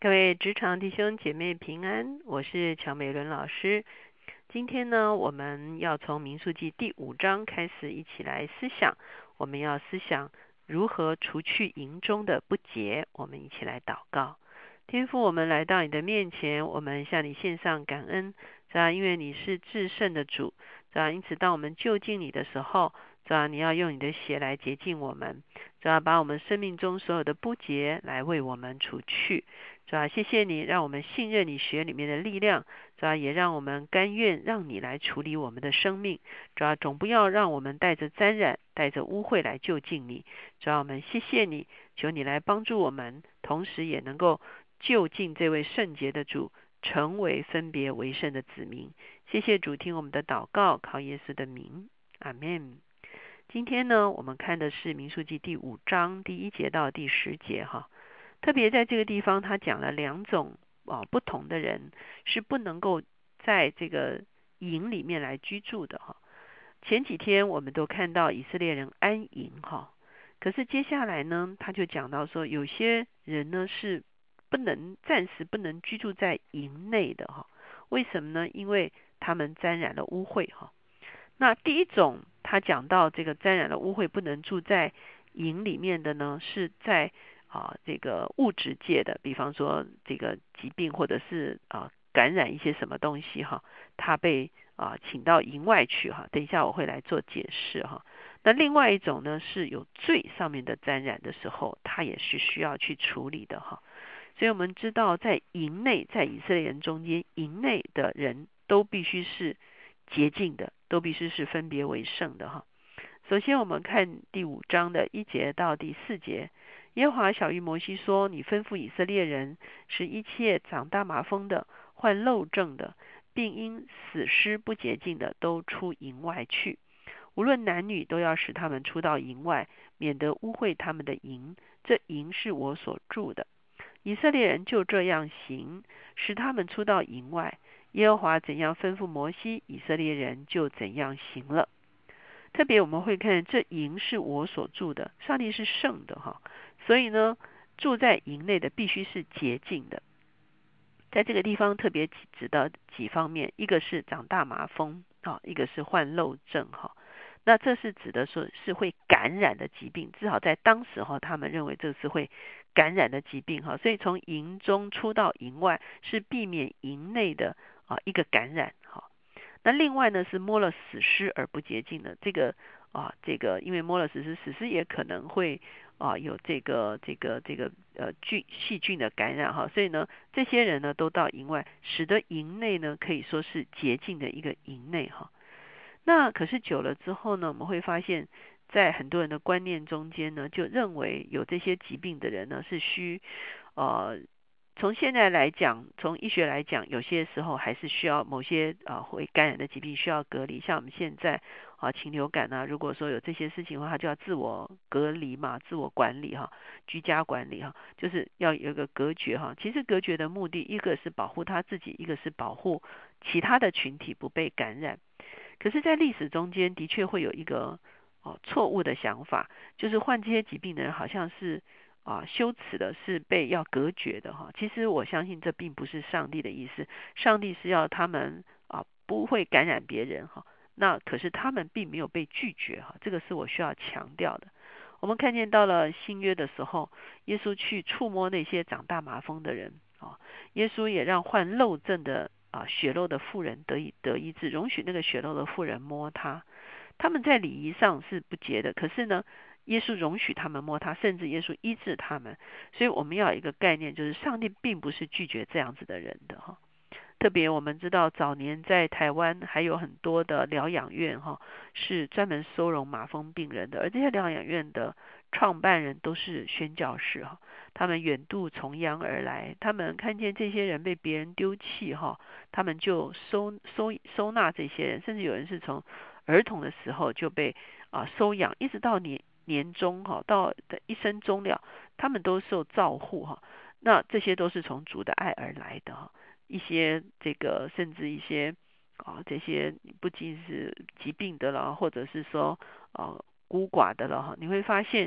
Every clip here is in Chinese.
各位职场弟兄姐妹平安，我是乔美伦老师。今天呢，我们要从民数记第5章开始一起来思想，我们要思想如何除去营中的不洁。我们一起来祷告。天父，我们来到你的面前，我们向你献上感恩，因为你是至圣的主，因此当我们就近你的时候，你要用你的血来洁净我们，把我们生命中所有的不洁来为我们除去。谢谢你让我们信任你血里面的力量，也让我们甘愿让你来处理我们的生命，总不要让我们带着沾染带着污秽来就近你。我们谢谢你，求你来帮助我们，同时也能够就近这位圣洁的主，成为分别为圣的子民。谢谢主，听我们的祷告，靠耶稣的名，阿们。今天呢，我们看的是民数记第5章第1节到第10节哈。特别在这个地方，他讲了2种不同的人是不能够在这个营里面来居住的哈。前几天我们都看到以色列人安营哈，可是接下来呢，他就讲到说，有些人呢是暂时不能居住在营内的哈。为什么呢？因为他们沾染了污秽哈。那第一种，他讲到这个沾染了污秽不能住在营里面的呢，是在这个物质界的，比方说这个疾病或者是感染一些什么东西哈，他被请到营外去哈。等一下我会来做解释哈。那另外一种呢，是有罪上面的沾染的时候，他也是需要去处理的哈。所以我们知道，在营内，在以色列人中间，营内的人都必须是洁净的，都必须是分别为圣的哈。首先我们看第5章的1节到第4节，耶和华晓谕摩西说：你吩咐以色列人，使一切长大麻风的、患漏症的，并因死尸不洁净的，都出营外去。无论男女，都要使他们出到营外，免得污秽他们的营。这营是我所住的。以色列人就这样行，使他们出到营外。耶和华怎样吩咐摩西，以色列人就怎样行了。特别我们会看，这营是我所住的，上帝是圣的哈，所以呢，住在营内的必须是洁净的。在这个地方特别指的几方面，一个是长大麻风一个是患漏症哈。那这是指的说是会感染的疾病，至少在当时他们认为这是会感染的疾病哈，所以从营中出到营外是避免营内的一个感染哈。那另外呢是摸了死尸而不洁净的，这个因为摸了死尸，死尸也可能会有这个细菌的感染哈，所以呢这些人呢都到营外，使得营内呢可以说是洁净的一个营内哈。那可是久了之后呢，我们会发现在很多人的观念中间呢，就认为有这些疾病的人呢是从现在来讲，从医学来讲，有些时候还是需要某些会感染的疾病需要隔离。像我们现在禽流感如果说有这些事情的话，他就要自我隔离嘛，自我管理居家管理就是要有一个隔绝其实隔绝的目的，一个是保护他自己，一个是保护其他的群体不被感染。可是在历史中间的确会有一个错误的想法，就是患这些疾病的人好像是羞耻的，是被要隔绝的其实我相信这并不是上帝的意思，上帝是要他们不会感染别人那可是他们并没有被拒绝这个是我需要强调的。我们看见到了新约的时候，耶稣去触摸那些长大麻风的人耶稣也让患漏症的血漏的妇人得医治，容许那个血漏的妇人摸他。他们在礼仪上是不洁的，可是呢耶稣容许他们摸他，甚至耶稣医治他们。所以我们要有一个概念，就是上帝并不是拒绝这样子的人的特别我们知道早年在台湾还有很多的疗养院是专门收容麻风病人的，而这些疗养院的创办人都是宣教士他们远渡重洋而来，他们看见这些人被别人丢弃他们就收纳这些人，甚至有人是从儿童的时候就被收养，一直到年终到的一生终了，他们都受照护那这些都是从主的爱而来的一些这个甚至一些这些不仅是疾病的了，或者是说孤寡的了你会发现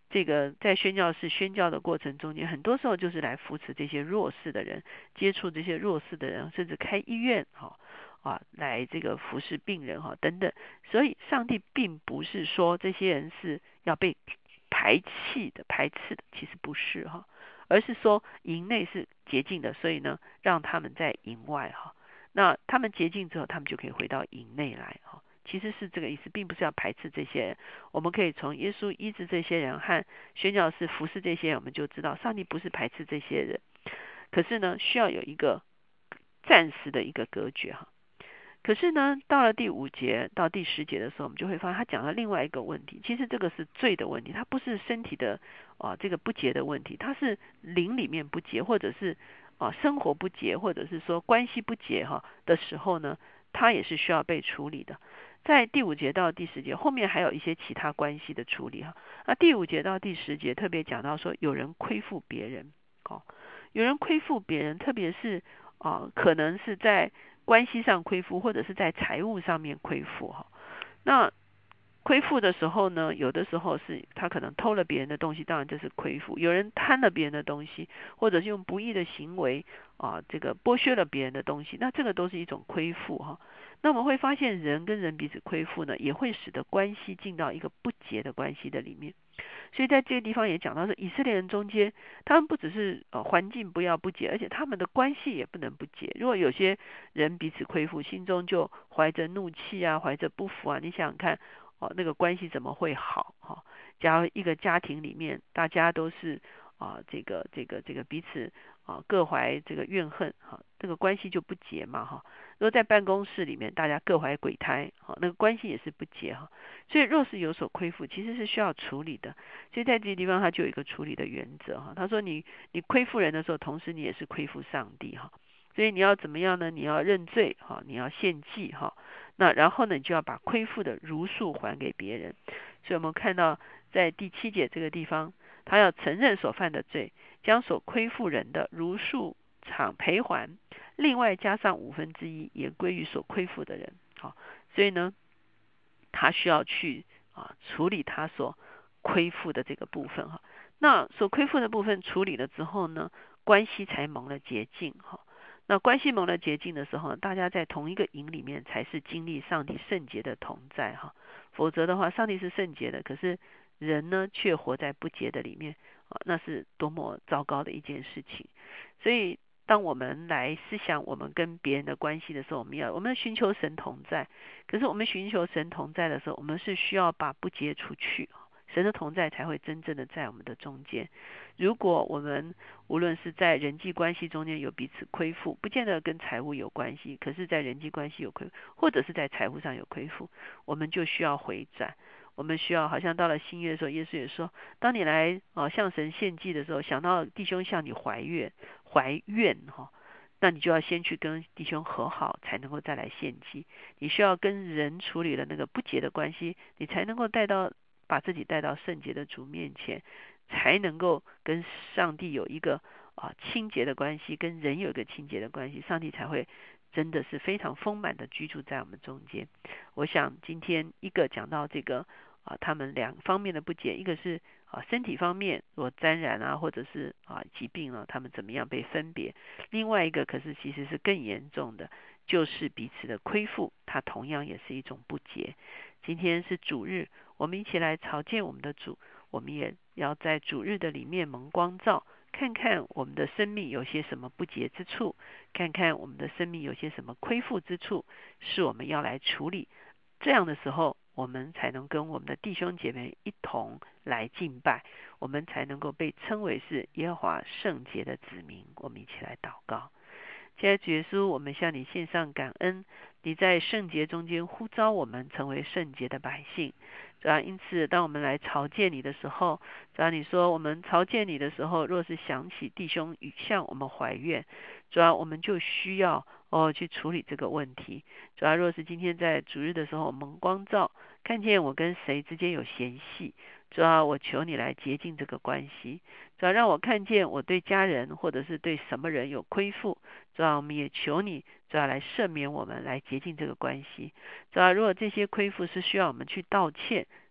这个在宣教士宣教的过程中间，很多时候就是来扶持这些弱势的人，接触这些弱势的人，甚至开医院来这个服侍病人等等。所以上帝并不是说这些人是要被排斥的，其实不是而是说营内是洁净的，所以呢，让他们在营外那他们洁净之后，他们就可以回到营内来其实是这个意思，并不是要排斥这些人。我们可以从耶稣医治这些人和宣教士服侍这些人，我们就知道上帝不是排斥这些人，可是呢，需要有一个暂时的一个隔绝可是呢，到了第5节到第10节的时候，我们就会发现他讲了另外一个问题。其实这个是罪的问题，它不是身体的这个不洁的问题，它是灵里面不洁，或者是生活不洁，或者是说关系不洁的时候呢，它也是需要被处理的。在第5节到第10节后面还有一些其他关系的处理那第5节到第10节特别讲到说，有人亏负别人有人亏负别人，特别是可能是在关系上亏负，或者是在财务上面亏负那亏负的时候呢，有的时候是他可能偷了别人的东西，当然这是亏负；有人贪了别人的东西，或者是用不义的行为这个剥削了别人的东西，那这个都是一种亏负那我们会发现，人跟人彼此亏负呢，也会使得关系进到一个不洁的关系的里面。所以在这个地方也讲到说，以色列人中间，他们不只是环境不要不洁，而且他们的关系也不能不洁。如果有些人彼此亏负，心中就怀着怒气怀着不服你想想看那个关系怎么会好假如一个家庭里面大家都是这个彼此各怀这个怨恨这个关系就不洁嘛如果在办公室里面大家各怀鬼胎那个关系也是不洁所以若是有所亏负，其实是需要处理的。所以在这个地方他就有一个处理的原则他说你亏负人的时候，同时你也是亏负上帝所以你要怎么样呢？你要认罪你要献祭那然后呢，你就要把亏负的如数还给别人。所以我们看到在第7节这个地方，他要承认所犯的罪，将所亏负人的如数偿赔还，另外加上1/5也归于所亏负的人所以呢，他需要去处理他所亏负的这个部分那所亏负的部分处理了之后呢，关系才蒙了洁净那关系蒙了洁净的时候，大家在同一个营里面才是经历上帝圣洁的同在否则的话，上帝是圣洁的，可是人呢却活在不洁的里面那是多么糟糕的一件事情。所以当我们来思想我们跟别人的关系的时候，我们要寻求神同在。可是我们寻求神同在的时候，我们是需要把不洁除去神的同在才会真正的在我们的中间。如果我们无论是在人际关系中间有彼此亏负，不见得跟财务有关系，可是在人际关系有亏负，或者是在财务上有亏负，我们就需要回转。我们需要好像到了新约的时候，耶稣也说，当你来向神献祭的时候，想到弟兄向你怀怨那你就要先去跟弟兄和好，才能够再来献祭。你需要跟人处理了那个不洁的关系，你才能够把自己带到圣洁的主面前，才能够跟上帝有一个清洁的关系，跟人有一个清洁的关系，上帝才会真的是非常丰满的居住在我们中间。我想今天一个讲到这个他们2方面的不洁，一个是身体方面若沾染或者是疾病他们怎么样被分别，另外一个可是其实是更严重的，就是彼此的亏负，它同样也是一种不洁。今天是主日，我们一起来朝见我们的主，我们也要在主日的里面蒙光照，看看我们的生命有些什么不洁之处，看看我们的生命有些什么亏负之处，是我们要来处理。这样的时候，我们才能跟我们的弟兄姐妹一同来敬拜，我们才能够被称为是耶和华圣洁的子民。我们一起来祷告。亲爱的主耶稣，我们向你献上感恩，你在圣洁中间呼召我们成为圣洁的百姓。主要因此当我们来朝见你的时候，主要你说我们朝见你的时候，若是想起弟兄与向我们怀怨，主要我们就需要去处理这个问题。主要若是今天在主日的时候蒙光照，看见我跟谁之间有嫌隙，主要我求你来洁净这个关系。主要让我看见我对家人或者是对什么人有亏负，主要我们也求你主要来赦免我们，来洁净这个关系。主要如果这些亏负是需要我们去道歉，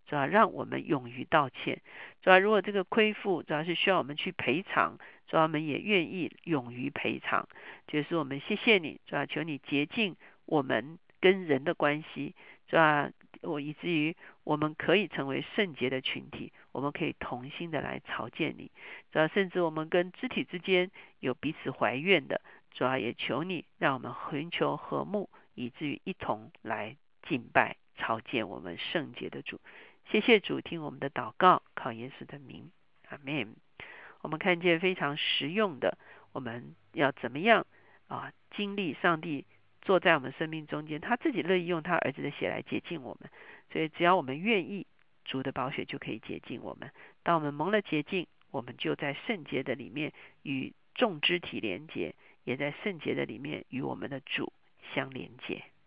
主要让我们勇于道歉。主要如果这个亏负主要是需要我们去赔偿，主要我们也愿意勇于赔偿。就是我们谢谢你，主要求你洁净我们跟人的关系，主要以至于我们可以成为圣洁的群体，我们可以同心的来朝见你。主要甚至我们跟肢体之间有彼此怀怨的，主要也求你让我们寻求和睦，以至于一同来敬拜朝见我们圣洁的主。谢谢主，听我们的祷告，靠耶稣的名，阿们。我们看见非常实用的，我们要怎么样经历上帝坐在我们生命中间，他自己乐意用他儿子的血来洁净我们。所以只要我们愿意，主的宝血就可以洁净我们。当我们蒙了洁净，我们就在圣洁的里面与众肢体连结，也在圣洁的里面与我们的主相连结。